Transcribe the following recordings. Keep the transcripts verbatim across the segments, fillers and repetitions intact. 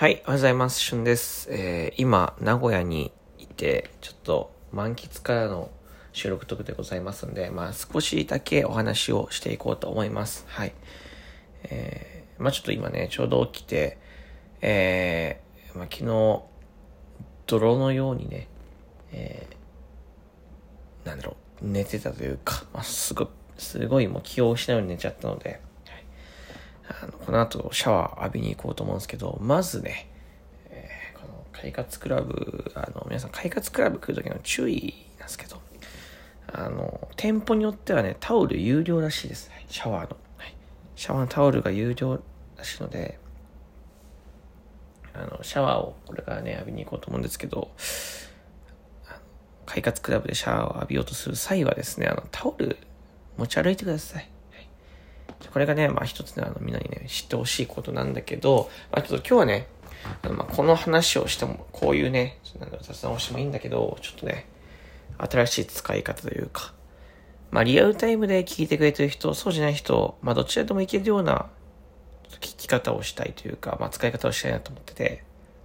はい、おはようございます。しゅんです。えー、今、名古屋にいて、ちょっと満喫からの収録トークでございますので、まあ少しだけお話をしていこうと思います。はい。えー、まあちょっと今ね、ちょうど起きて、えー、まあ昨日、泥のようにね、えー、なんだろう、寝てたというか、まあすごい、すごいもう気を失うように寝ちゃったので、あのこの後シャワー浴びに行こうと思うんですけど、まずね、えー、この快活クラブ、あの皆さん快活クラブ来るときの注意なんですけど、あの店舗によってはねタオル有料らしいです。はい、シャワーの、はい、シャワーのタオルが有料らしいので、あのシャワーをこれからね浴びに行こうと思うんですけど、あの快活クラブでシャワーを浴びようとする際はですね、あのタオル持ち歩いてください。これがね、まあ一つね、あの、みんなにね、知ってほしいことなんだけど、まあちょっと今日はね、あのまあこの話をしても、こういうね、雑談をしてもいいんだけど、ちょっとね、新しい使い方というか、まあリアルタイムで聞いてくれてる人、そうじゃない人、まあどちらでもいけるような聞き方をしたいというか、まあ使い方をしたいなと思ってて、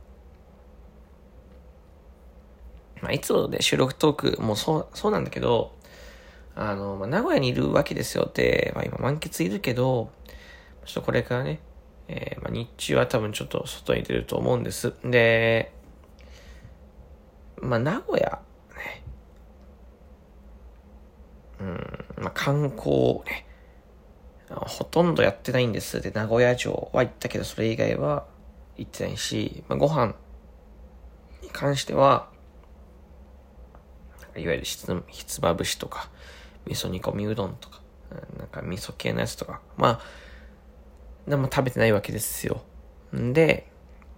まあいつもね、収録トークもそう、そうなんだけど、あの、まあ、名古屋にいるわけですよって、まあ今満喫いるけど、ちょっとこれからね、えーまあ、日中は多分ちょっと外に出ると思うんです。で、まあ名古屋、ね、うん、まあ観光ね、ほとんどやってないんです。で、名古屋城は行ったけど、それ以外は行ってないし、まあ、ご飯に関しては、いわゆるひつひつまぶしとか、味噌煮込みうどんとか、なんか味噌系のやつとか、まあ、でも食べてないわけですよ。んで、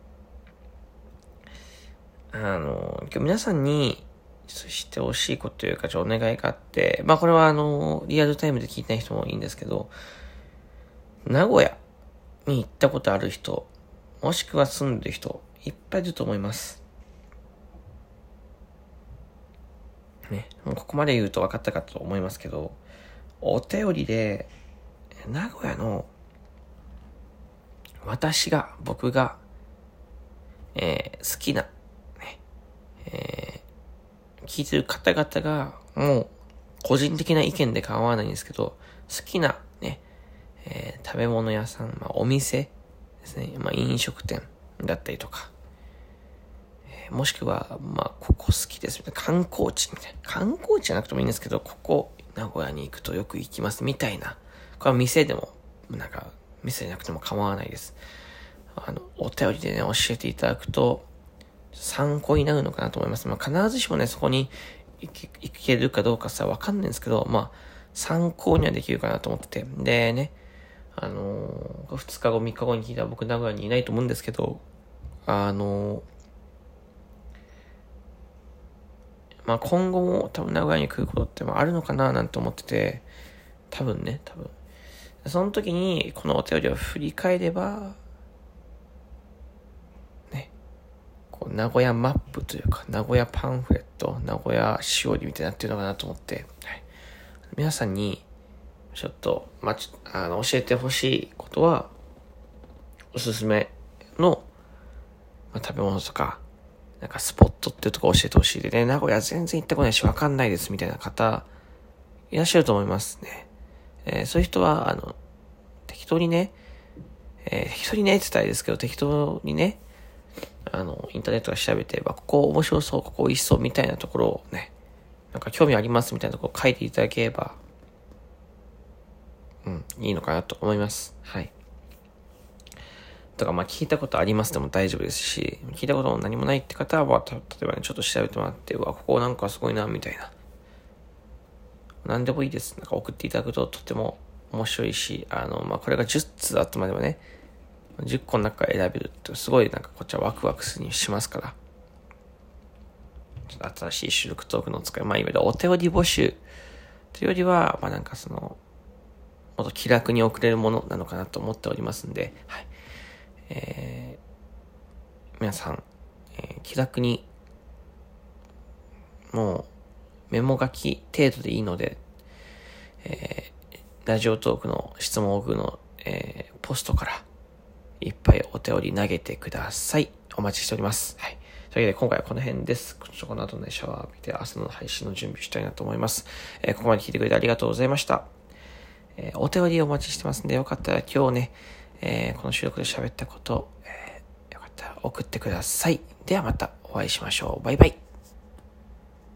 あの、今日皆さんにしてほしいことというか、ちょっとお願いがあって、まあこれはあの、リアルタイムで聞いてない人もいいんですけど、名古屋に行ったことある人、もしくは住んでる人、いっぱいいると思います。ね、もうここまで言うと分かったかと思いますけど、お便りで、名古屋の私が、僕が、えー、好きな、ね、えー、聞いてる方々が、もう、個人的な意見で構わないんですけど、好きな、ね、えー、食べ物屋さん、まあ、お店ですね、まあ、飲食店だったりとか、えー、もしくは、まあ、ここ好きですみたいな、観光地みたいな、観光地じゃなくてもいいんですけど、ここ、名古屋に行くとよく行きますみたいな、これは店でも、なんか、店じゃなくても構わないです。あの、お便りでね、教えていただくと、参考になるのかなと思います。まあ、必ずしもね、そこに行け、行けるかどうかさ、わかんないんですけど、まあ、参考にはできるかなと思ってて。でね、あのー、ふつかご、みっかごに聞いたら僕名古屋にいないと思うんですけど、あのー、まあ、今後も多分名古屋に来ることってあるのかななんて思ってて、多分ね、多分。その時に、このお便りを振り返れば、こう名古屋マップというか、名古屋パンフレット、名古屋しおりみたいになってるのかなと思って、はい、皆さんに、ちょっと、まあ、ちあの、教えてほしいことは、おすすめの、まあ、食べ物とか、なんかスポットっていうとこ教えてほしいでね、名古屋全然行ったことないしわかんないですみたいな方、いらっしゃると思いますね。えー、そういう人は、あの、適当にね、えー、適当にねって言ったらいいですけど、適当にね、あの、インターネットが調べて、ここ面白そう、ここ美味しそうみたいなところをね、なんか興味ありますみたいなところを書いていただければ、うん、いいのかなと思います。はい。とか、まあ聞いたことありますでも大丈夫ですし、聞いたことも何もないって方は、例えばね、ちょっと調べてもらって、うわ、ここなんかすごいな、みたいな。何でもいいです。なんか送っていただくととても面白いし、あの、まあこれがじゅっつうあってまでもね、じゅっこの中から選べるってすごいなんかこっちはワクワクするにしますから。ちょっと新しい収録トークの使い、まあいわゆるお便り募集というよりは、まあなんかその、もっと気楽に送れるものなのかなと思っておりますんで、はい。えー、皆さん、えー、気楽に、もうメモ書き程度でいいので、えー、ラジオトークの質問を送るの、えー、ポストから、 いっぱいお便り投げてください。お待ちしております。はい。というわけで今回はこの辺です。ちょっとこの後ね、シャワー浴びて朝の配信の準備したいなと思います。えー、ここまで聞いてくれてありがとうございました。えー、お便りお待ちしてますんで、よかったら今日ね、えー、この収録で喋ったこと、えー、よかったら送ってください。ではまたお会いしましょう。バイバイ。